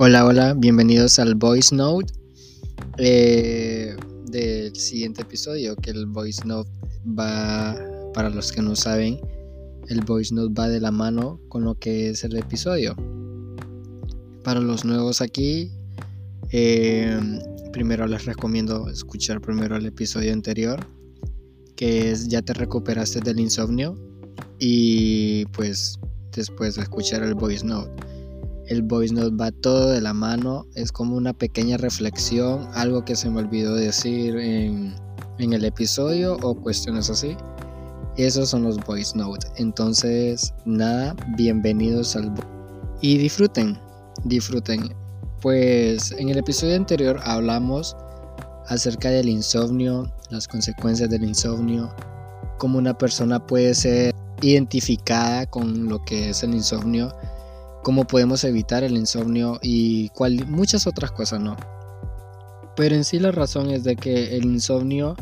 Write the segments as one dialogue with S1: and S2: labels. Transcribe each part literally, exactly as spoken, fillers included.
S1: Hola, hola, bienvenidos al Voice Note eh, del siguiente episodio, que el Voice Note va, para los que no saben, el Voice Note va de la mano con lo que es el episodio. Para los nuevos aquí, eh, primero les recomiendo escuchar primero el episodio anterior, que es Ya te recuperaste del insomnio, y pues después de escuchar el Voice Note. El Voice Note va todo de la mano, es como una pequeña reflexión, algo que se me olvidó decir en, en el episodio o cuestiones así. Esos son los Voice Note. Entonces, nada, bienvenidos al y disfruten, disfruten. Pues en el episodio anterior hablamos acerca del insomnio, las consecuencias del insomnio, cómo una persona puede ser identificada con lo que es el insomnio, cómo podemos evitar el insomnio y cual, muchas otras cosas, ¿no? Pero en sí la razón es de que el insomnio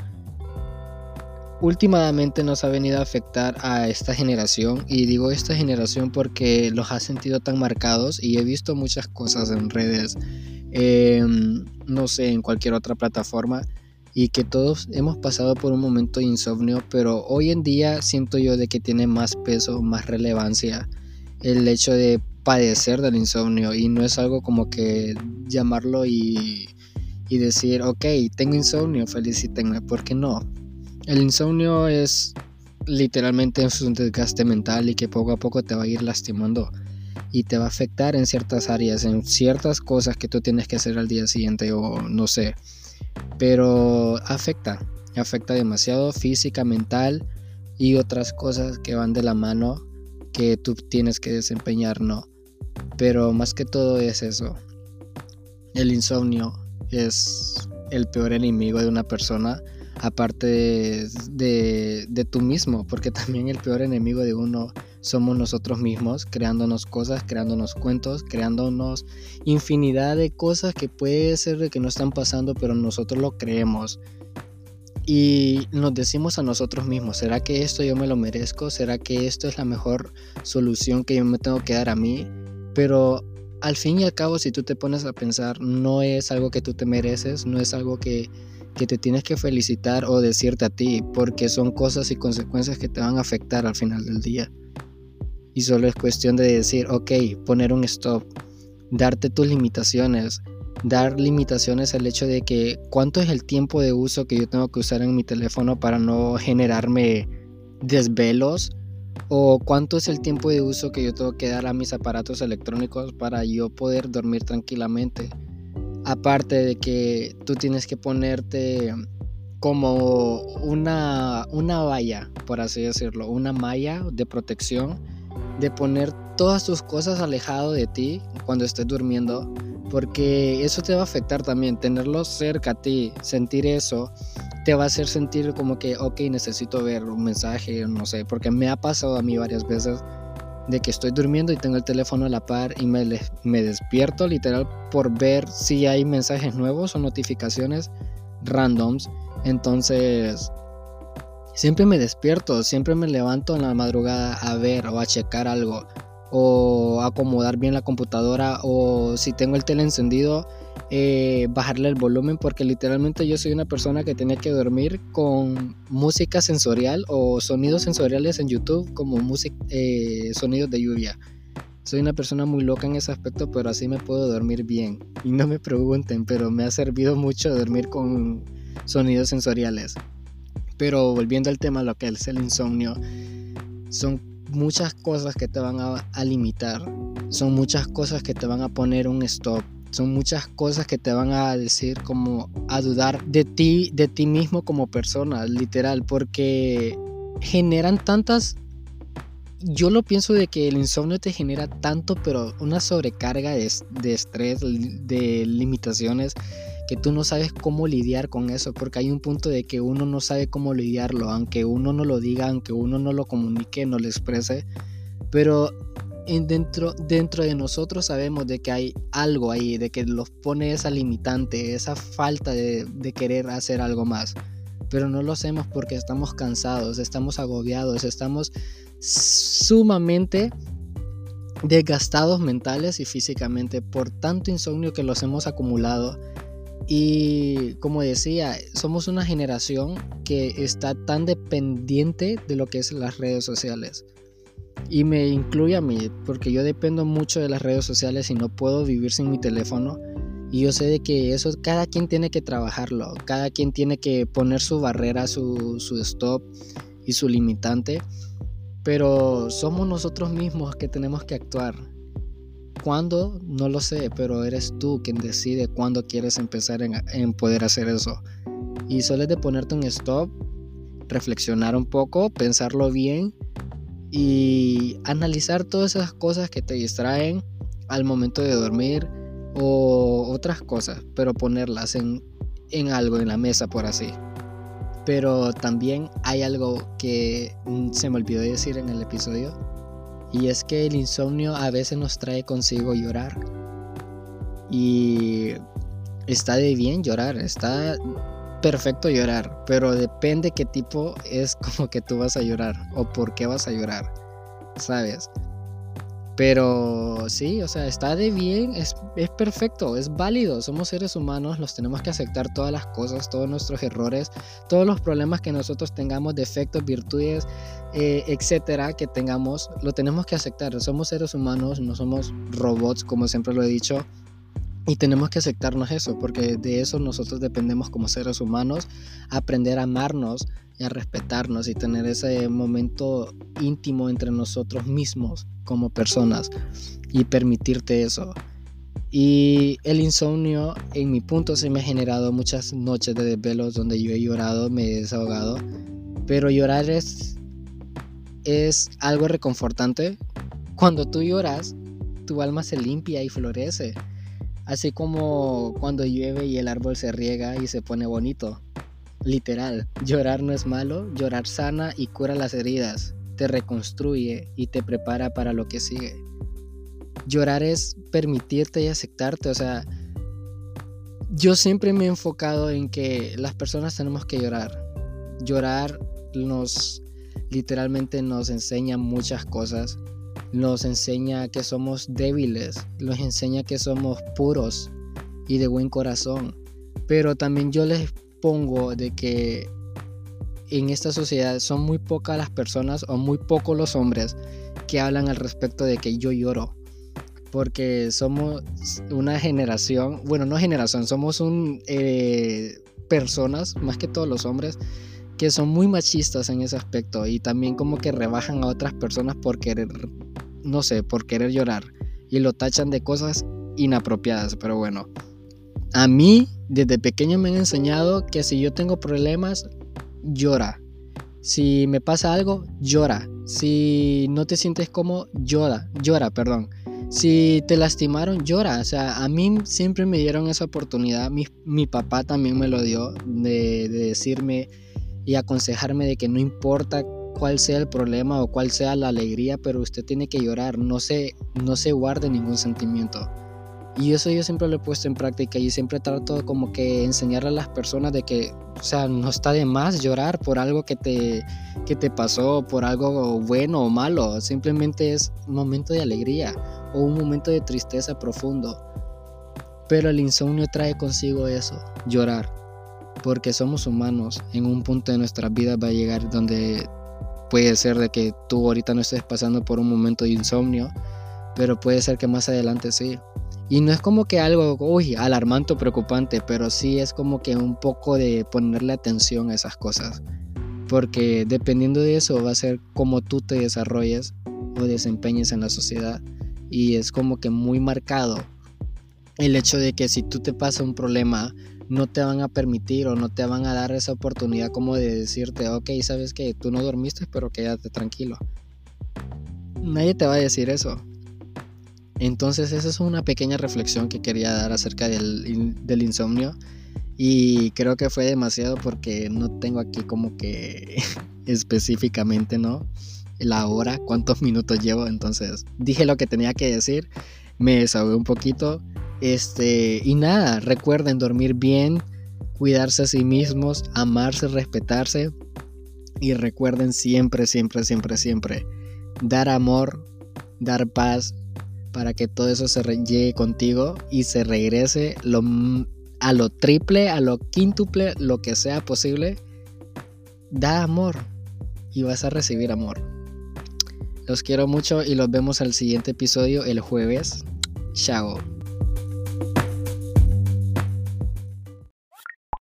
S1: últimamente nos ha venido a afectar a esta generación, y digo esta generación porque los ha sentido tan marcados, y he visto muchas cosas en redes, eh, no sé, en cualquier otra plataforma, y que todos hemos pasado por un momento de insomnio, pero hoy en día siento yo de que tiene más peso, más relevancia el hecho de padecer del insomnio, y no es algo como que llamarlo y, y decir, ok, tengo insomnio, felicítenme, porque no. El insomnio es literalmente es un desgaste mental y que poco a poco te va a ir lastimando y te va a afectar en ciertas áreas, en ciertas cosas que tú tienes que hacer al día siguiente o no sé, pero afecta, afecta demasiado física, mental y otras cosas que van de la mano que tú tienes que desempeñar, ¿no? Pero más que todo es eso. El insomnio es el peor enemigo de una persona, aparte de, de, de tú mismo, porque también el peor enemigo de uno somos nosotros mismos, creándonos cosas, creándonos cuentos, creándonos infinidad de cosas que puede ser de que no están pasando, pero nosotros lo creemos. Y nos decimos a nosotros mismos, ¿será que esto yo me lo merezco? ¿Será que esto es la mejor solución que yo me tengo que dar a mí? Pero al fin y al cabo, si tú te pones a pensar, no es algo que tú te mereces, no es algo que, que te tienes que felicitar o decirte a ti, porque son cosas y consecuencias que te van a afectar al final del día. Y solo es cuestión de decir, ok, poner un stop, darte tus limitaciones, dar limitaciones al hecho de que cuánto es el tiempo de uso que yo tengo que usar en mi teléfono para no generarme desvelos, o cuánto es el tiempo de uso que yo tengo que dar a mis aparatos electrónicos para yo poder dormir tranquilamente. Aparte de que tú tienes que ponerte como una, una valla, por así decirlo, una malla de protección, de poner todas tus cosas alejado de ti cuando estés durmiendo, porque eso te va a afectar también. Tenerlo cerca a ti, sentir eso, te va a hacer sentir como que, ok, necesito ver un mensaje, no sé, porque me ha pasado a mí varias veces de que estoy durmiendo y tengo el teléfono a la par y me, me despierto literal por ver si hay mensajes nuevos o notificaciones randoms. Entonces siempre me despierto, siempre me levanto en la madrugada a ver o a checar algo, o acomodar bien la computadora, o si tengo el tele encendido, eh, bajarle el volumen, porque literalmente yo soy una persona que tiene que dormir con música sensorial o sonidos sensoriales en YouTube, como música, eh, sonidos de lluvia. Soy una persona muy loca en ese aspecto, pero así me puedo dormir bien. Y no me pregunten, pero me ha servido mucho dormir con sonidos sensoriales. Pero volviendo al tema, lo que es el insomnio, son muchas cosas que te van a, a limitar, son muchas cosas que te van a poner un stop, son muchas cosas que te van a decir como a dudar de ti, de ti mismo como persona, literal, porque generan tantas, yo lo pienso de que el insomnio te genera tanto, pero una sobrecarga de, de estrés, de limitaciones, que tú no sabes cómo lidiar con eso, porque hay un punto de que uno no sabe cómo lidiarlo, aunque uno no lo diga, aunque uno no lo comunique, no lo exprese, pero en dentro, dentro de nosotros sabemos de que hay algo ahí, de que nos pone esa limitante, esa falta de, de querer hacer algo más, pero no lo hacemos porque estamos cansados, estamos agobiados, estamos sumamente desgastados mentales y físicamente por tanto insomnio que los hemos acumulado. Y como decía, somos una generación que está tan dependiente de lo que es las redes sociales. Y me incluye a mí, porque yo dependo mucho de las redes sociales y no puedo vivir sin mi teléfono. Y yo sé de que eso cada quien tiene que trabajarlo, cada quien tiene que poner su barrera, su, su stop y su limitante. Pero somos nosotros mismos que tenemos que actuar. ¿Cuándo? No lo sé, pero eres tú quien decide cuándo quieres empezar en, en poder hacer eso. Y solo es de ponerte un stop, reflexionar un poco, pensarlo bien y analizar todas esas cosas que te distraen al momento de dormir o otras cosas, pero ponerlas en, en algo, en la mesa, por así. Pero también hay algo que se me olvidó decir en el episodio, y es que el insomnio a veces nos trae consigo llorar. Y está de bien llorar, está perfecto llorar, pero depende qué tipo es como que tú vas a llorar o por qué vas a llorar, ¿sabes? Pero sí, o sea, está de bien, es, es perfecto, es válido. Somos seres humanos, los tenemos que aceptar todas las cosas, todos nuestros errores, todos los problemas que nosotros tengamos, defectos, virtudes, eh, etcétera, que tengamos, lo tenemos que aceptar. Somos seres humanos, no somos robots, como siempre lo he dicho. Y tenemos que aceptarnos eso, porque de eso nosotros dependemos como seres humanos, aprender a amarnos y a respetarnos y tener ese momento íntimo entre nosotros mismos como personas y permitirte eso. Y el insomnio en mi punto se me ha generado muchas noches de desvelos donde yo he llorado, me he desahogado, pero llorar es, es algo reconfortante. Cuando tú lloras, tu alma se limpia y florece. Así como cuando llueve y el árbol se riega y se pone bonito. Literal, llorar no es malo, llorar sana y cura las heridas, te reconstruye y te prepara para lo que sigue. Llorar es permitirte y aceptarte, o sea, yo siempre me he enfocado en que las personas tenemos que llorar. Llorar nos, literalmente nos enseña muchas cosas. Nos enseña que somos débiles, nos enseña que somos puros y de buen corazón. Pero también yo les pongo de que en esta sociedad son muy pocas las personas o muy pocos los hombres que hablan al respecto de que yo lloro. Porque somos una generación, bueno, no generación, somos un eh, personas, más que todos los hombres, que son muy machistas en ese aspecto y también como que rebajan a otras personas por querer, no sé, por querer llorar y lo tachan de cosas inapropiadas. Pero bueno, a mí desde pequeño me han enseñado que si yo tengo problemas, llora. Si me pasa algo, llora. Si no te sientes cómodo, llora, llora, perdón. Si te lastimaron, llora. O sea, a mí siempre me dieron esa oportunidad. Mi, mi papá también me lo dio de, de decirme y aconsejarme de que no importa cuál sea el problema o cuál sea la alegría, pero usted tiene que llorar, no se, no se guarde ningún sentimiento. Y eso yo siempre lo he puesto en práctica y siempre trato como que enseñarle a las personas de que, o sea, no está de más llorar por algo que te, que te pasó, por algo bueno o malo, simplemente es un momento de alegría o un momento de tristeza profundo. Pero el insomnio trae consigo eso, llorar. Porque somos humanos, en un punto de nuestras vidas va a llegar donde puede ser de que tú ahorita no estés pasando por un momento de insomnio, pero puede ser que más adelante sí. Y no es como que algo, uy, alarmante o preocupante, pero sí es como que un poco de ponerle atención a esas cosas. Porque dependiendo de eso va a ser como tú te desarrolles o desempeñes en la sociedad. Y es como que muy marcado el hecho de que si tú te pasa un problema, no te van a permitir o no te van a dar esa oportunidad como de decirte, ok, sabes que tú no dormiste, pero quédate tranquilo. Nadie te va a decir eso. Entonces esa es una pequeña reflexión que quería dar acerca del, del insomnio. Y creo que fue demasiado porque no tengo aquí como que específicamente, ¿no?, la hora, cuántos minutos llevo. Entonces dije lo que tenía que decir, me desahogué un poquito. Este, y nada, recuerden dormir bien, cuidarse a sí mismos, amarse, respetarse. Y recuerden siempre, siempre, siempre, siempre dar amor, dar paz para que todo eso se re- llegue contigo y se regrese lo, a lo triple, a lo quíntuple, lo que sea posible. Da amor y vas a recibir amor. Los quiero mucho y los vemos al siguiente episodio el jueves. Chao.